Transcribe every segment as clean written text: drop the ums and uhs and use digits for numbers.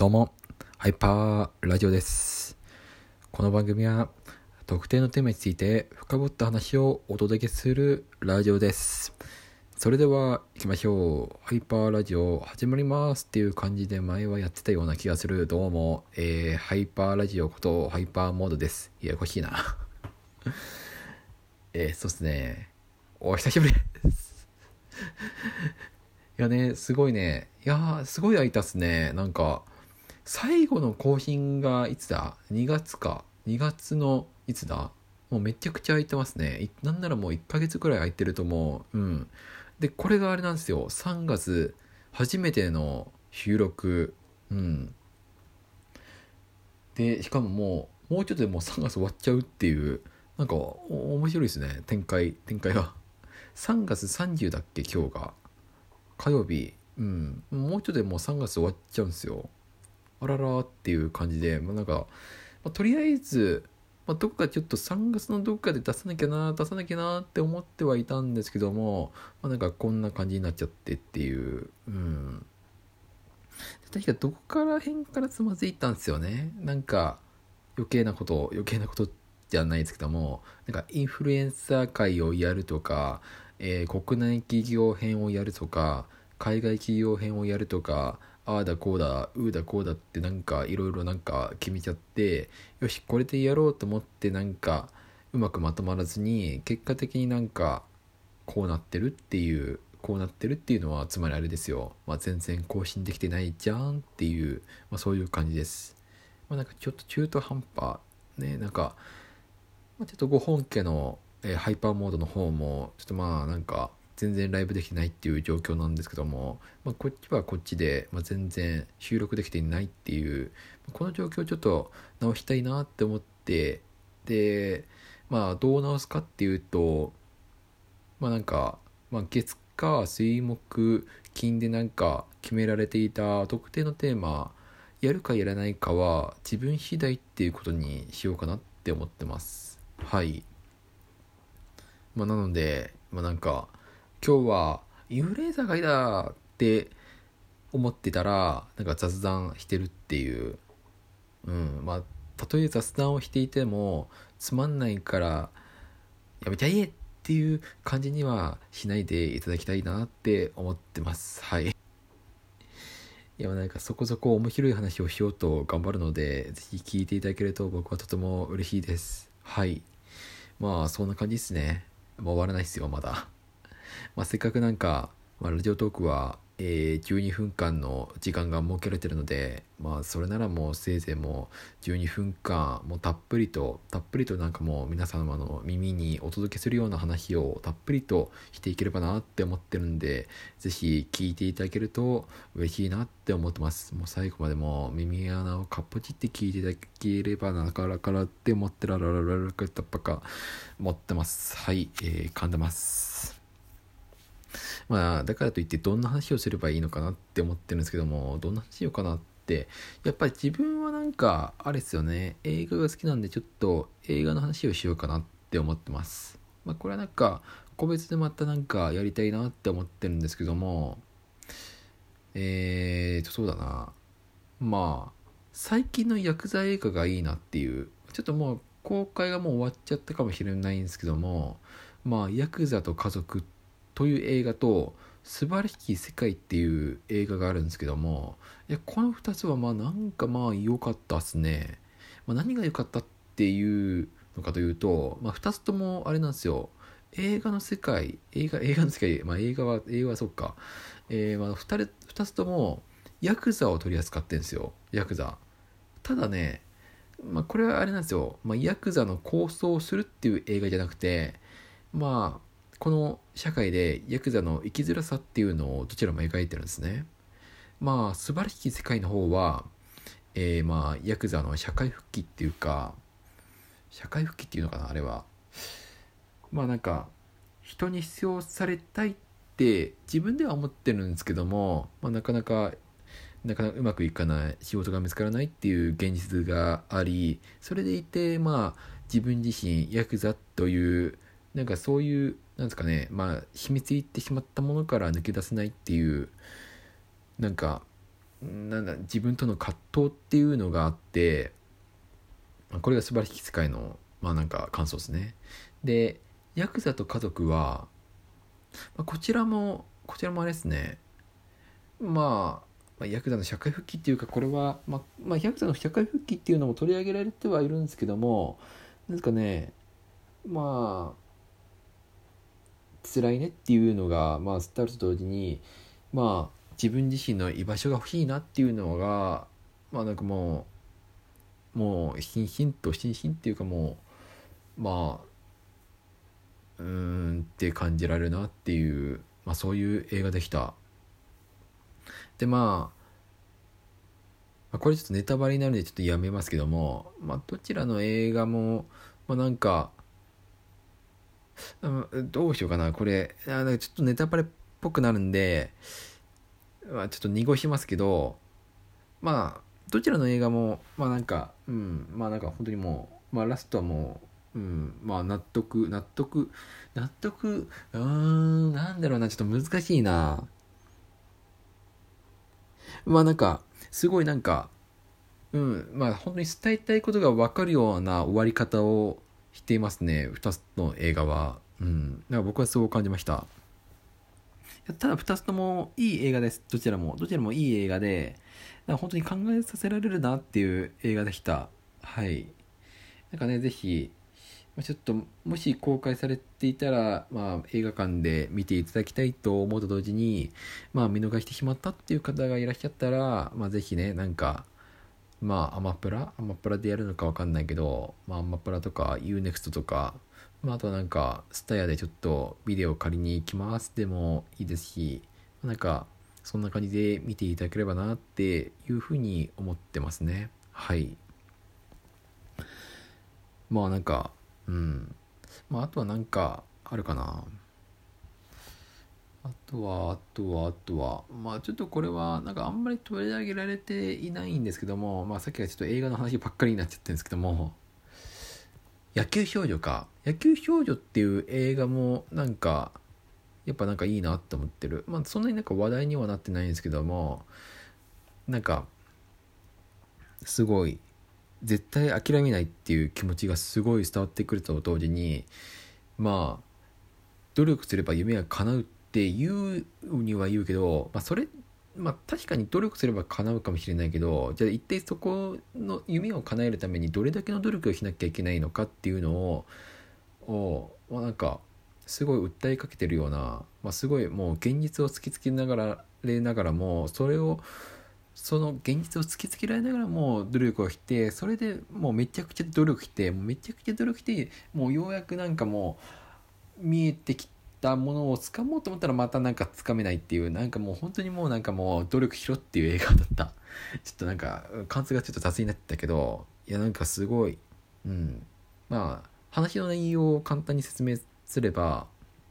どうも、ハイパーラジオです。この番組は特定のテーマについて深掘った話をお届けするラジオです。それでは行きましょう。ハイパーラジオ始まりますっていう感じで前はやってたような気がする。どうも、ハイパーラジオことハイパーモードです。ややこしいな。そうですね。お久しぶりです。いやね、すごいね。すごい空いたっすね。最後の更新がいつだ ?2 月か。2月のいつだもうめちゃくちゃ空いてますね。なんならもう1ヶ月くらい空いてると思う。うん。で、これがあれなんですよ。3月初めての収録。うん。で、しかももうちょっとでもう3月終わっちゃうっていう、面白いですね。展開が。3月30だっけ今日が。火曜日。うん。もうちょっとでもう3月終わっちゃうんですよ。あららっていう感じで、とりあえず、どこかちょっと3月のどこかで出さなきゃなって思ってはいたんですけども、こんな感じになっちゃってっていう、うん。確かどこから辺からつまずいたんですよね。余計なことじゃないですけども、インフルエンサー会をやるとか、国内企業編をやるとか、海外企業編をやるとか、ああだこうだうーだこうだっていろいろ決めちゃって、よしこれでやろうと思ってうまくまとまらずに、結果的にこうなってるっていうのはつまりあれですよ、全然更新できてないじゃんっていう、そういう感じです。ちょっと中途半端ね。ちょっとご本家の、ハイパーモードの方もちょっと全然ライブできてないっていう状況なんですけども、こっちはこっちで、全然収録できていないっていう、この状況をちょっと直したいなって思って、でどう直すかっていうと、月火水木金で決められていた特定のテーマやるかやらないかは自分次第っていうことにしようかなって思ってます。はい。なので今日はインフルエンザがいだって思ってたら雑談してるっていう、たとえ雑談をしていてもつまんないからやめちゃえっていう感じにはしないでいただきたいなって思ってます。はい。いやそこそこ面白い話をしようと頑張るので、ぜひ聞いていただけると僕はとても嬉しいです。はい。そんな感じですね。もう終わらないですよまだ。せっかくラジオトークは、12分間の時間が設けられてるので、それならもうせいぜいもう12分間もうたっぷりともう皆様の耳にお届けするような話をたっぷりとしていければなって思ってるんで、ぜひ聞いていただけると嬉しいなって思ってます。もう最後までもう耳穴をかっぽちって聞いていただければなからって思ってらららららかたっぱか持ってます。はい、噛んでます。だからといってどんな話をすればいいのかなって思ってるんですけども、どんな話しようかなって、やっぱり自分はあれですよね、映画が好きなんでちょっと映画の話をしようかなって思ってます。これは個別でまたやりたいなって思ってるんですけども、そうだな。最近のヤクザ映画がいいなっていう、ちょっともう公開がもう終わっちゃったかもしれないんですけども、ヤクザと家族という映画と素晴らしき世界っていう映画があるんですけども、この2つは良かったっすね。何が良かったっていうのかというと、2つともあれなんですよ。映画の世界、映画はそっか。2つともヤクザを取り扱ってるんですよ。ヤクザ。ただね、これはあれなんですよ。ヤクザの構想をするっていう映画じゃなくて、この社会でヤクザの生きづらさっていうのをどちらも描いてるんですね。素晴らしき世界の方は、ヤクザの社会復帰っていうか、社会復帰っていうのかなあれは。人に必要されたいって自分では思ってるんですけども、なかなかうまくいかない、仕事が見つからないっていう現実があり、それでいて自分自身ヤクザというそういうなんですかね、秘密いってしまったものから抜け出せないっていう、 自分との葛藤っていうのがあって、これが素晴らしき世界の感想ですね。で、ヤクザと家族は、こちらもあれですね。ヤクザの社会復帰っていうか、これはヤクザの社会復帰っていうのも取り上げられてはいるんですけども、なんですかね、辛いねっていうのが伝わると同時に、自分自身の居場所が欲しいなっていうのがもう心身っていうか、って感じられるなっていう、そういう映画でした。でこれちょっとネタバレになるんでちょっとやめますけども、どちらの映画もどうしようかな、これちょっとネタバレっぽくなるんで、ちょっと濁しますけど、どちらの映画も本当にもう、ラストはもう、納得なんだろうな、ちょっと難しいな。すごい本当に伝えたいことが分かるような終わり方をしていますね、2つの映画は。僕はそう感じました。ただ2つともいい映画です。どちらもいい映画で、本当に考えさせられるなっていう映画でした。はい。ぜひちょっともし公開されていたら、映画館で見ていただきたいと思うと同時に、見逃してしまったっていう方がいらっしゃったら、ぜひね、アマプラでやるのかわかんないけど、アマプラとか UNEXT とか、あとスタヤでちょっとビデオ借りに行きますでもいいですし、そんな感じで見ていただければなっていうふうに思ってますね。はい。あとはあるかな。あとはちょっとこれはあんまり取り上げられていないんですけども、さっきからちょっと映画の話ばっかりになっちゃってるんですけども、野球少女っていう映画もやっぱいいなって思ってる。そんなに話題にはなってないんですけども、すごい絶対諦めないっていう気持ちがすごい伝わってくると同時に、努力すれば夢が叶うって言うには言うけど、それ確かに努力すれば叶うかもしれないけど、じゃあ一体そこの夢を叶えるためにどれだけの努力をしなきゃいけないのかっていうのをすごい訴えかけてるような、すごいもう現実を突きつけながらも、その現実を突きつけられながらも努力をして、それでもうめちゃくちゃ努力してもうようやくもう見えてきたものを掴もうと思ったらまた掴めないっていう、もう本当にもうもう努力しろっていう映画だった。ちょっと感想がちょっと雑になってたけど、いやすごい、話の内容を簡単に説明すれば、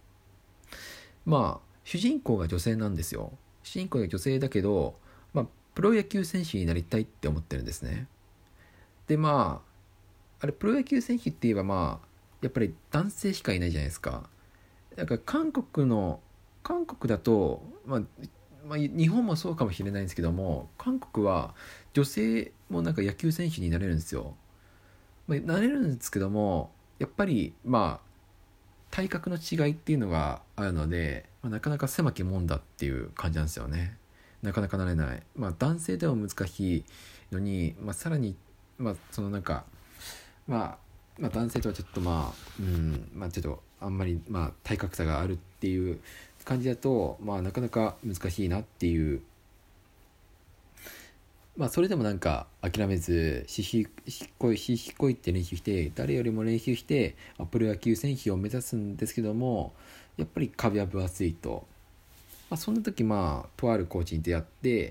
主人公が女性なんですよ。主人公が女性だけど、プロ野球選手になりたいって思ってるんですね。であれプロ野球選手って言えばやっぱり男性しかいないじゃないですか。韓国だと日本もそうかもしれないんですけども、韓国は女性も野球選手になれるんですよ。なれるんですけども、やっぱり体格の違いっていうのがあるので、なかなか狭きもんだっていう感じなんですよね。なかなかなれない。男性でも難しいのに、さらにその男性とはちょっとちょっとあんまり体格差があるっていう感じだとなかなか難しいなっていう。それでも諦めずしっこいって練習して、誰よりも練習してプロ野球選手を目指すんですけども、やっぱり壁は分厚いと。そんな時とあるコーチに出会って、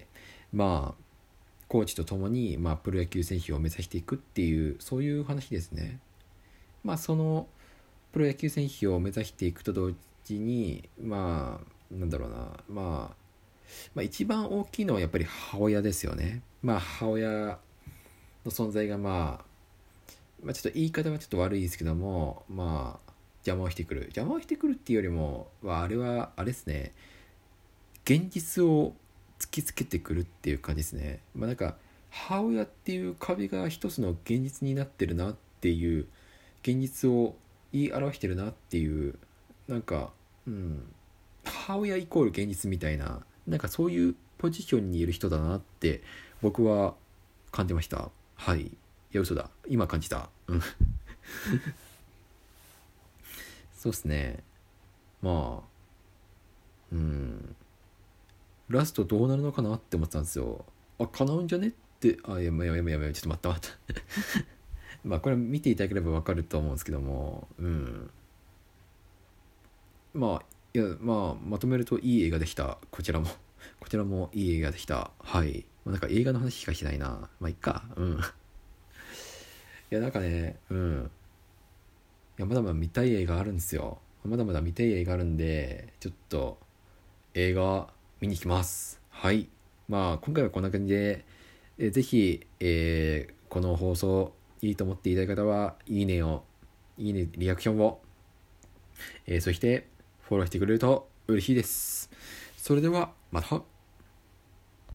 コーチと共にプロ野球選手を目指していくっていう、そういう話ですね。そのプロ野球選手を目指していくと同時になんだろうな、一番大きいのはやっぱり母親ですよね。母親の存在がちょっと言い方はちょっと悪いですけども、邪魔をしてくるっていうよりもあれですね、現実を突きつけてくるっていう感じですね。なんか母親っていう壁が一つの現実になってるなっていう、現実を言い表してるなっていう、なんか、母親イコール現実みたいな、なんかそういうポジションにいる人だなって僕は感じました。はい。いや、嘘だ、今感じた。そうですね。まあラストどうなるのかなって思ってたんですよ。叶うんじゃねって。やめちょっと待った待ったこれ見ていただければ分かると思うんですけども、まとめるといい映画でした。こちらもこちらもいい映画でした。はい。なんか映画の話しかしてないな。いっか。いや、なんかね、いや、まだまだ見たい映画あるんですよ。まだまだ見たい映画あるんで、ちょっと映画見に行きます。はい。今回はこんな感じで、ぜひ、この放送いいと思っていただいた方はいいねを、いいね、リアクションを、そしてフォローしてくれると嬉しいです。それではまた。